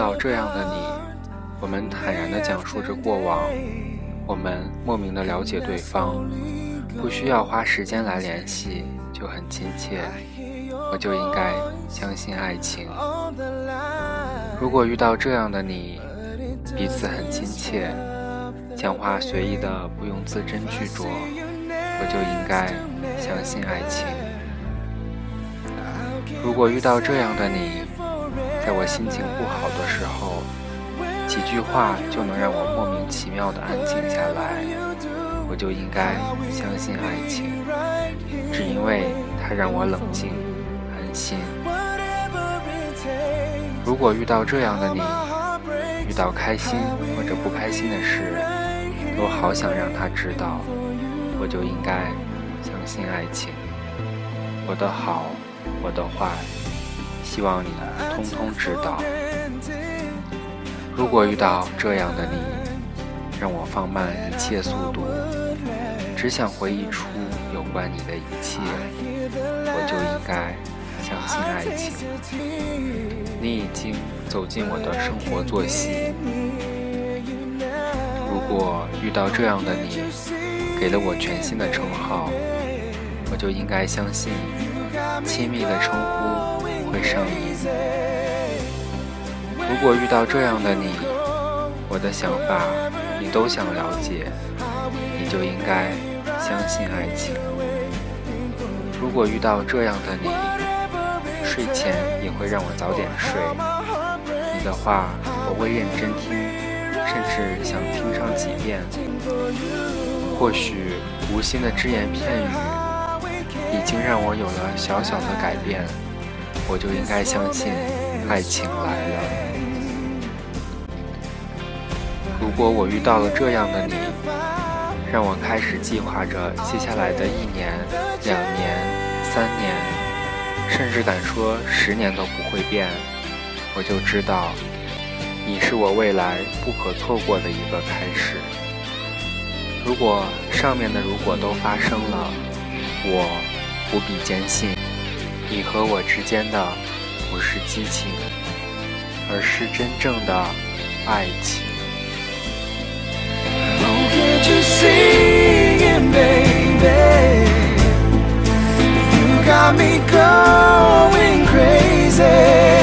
到这样的你，我们坦然地讲述着过往，我们莫名地了解对方，不需要花时间来联系，就很亲切，我就应该相信爱情。如果遇到这样的你，彼此很亲切，讲话随意的不用字斟句酌，我就应该相信爱情。如果遇到这样的你，在我心情不好的时候，几句话就能让我莫名其妙的安静下来，我就应该相信爱情，只因为它让我冷静安心。如果遇到这样的你，遇到开心或者不开心的事，都好想让他知道，我就应该相信爱情。我的好，我的坏，希望你通通知道。如果遇到这样的你，让我放慢一切速度，只想回忆出有关你的一切，我就应该相信爱情。你已经走进我的生活作息。如果遇到这样的你，给了我全新的称号，我就应该相信亲密的称呼会上瘾。如果遇到这样的你，我的想法你都想了解，你就应该相信爱情。如果遇到这样的你，睡前也会让我早点睡，你的话我会认真听，甚至想听上几遍。或许无心的只言片语已经让我有了小小的改变，我就应该相信爱情来了。如果我遇到了这样的你，让我开始计划着接下来的1年、2年、3年，甚至敢说10年都不会变，我就知道你是我未来不可错过的一个开始。如果上面的如果都发生了，我不必坚信你和我之间的不是激情，而是真正的爱情。 Can't you see it, baby? You got me going crazy.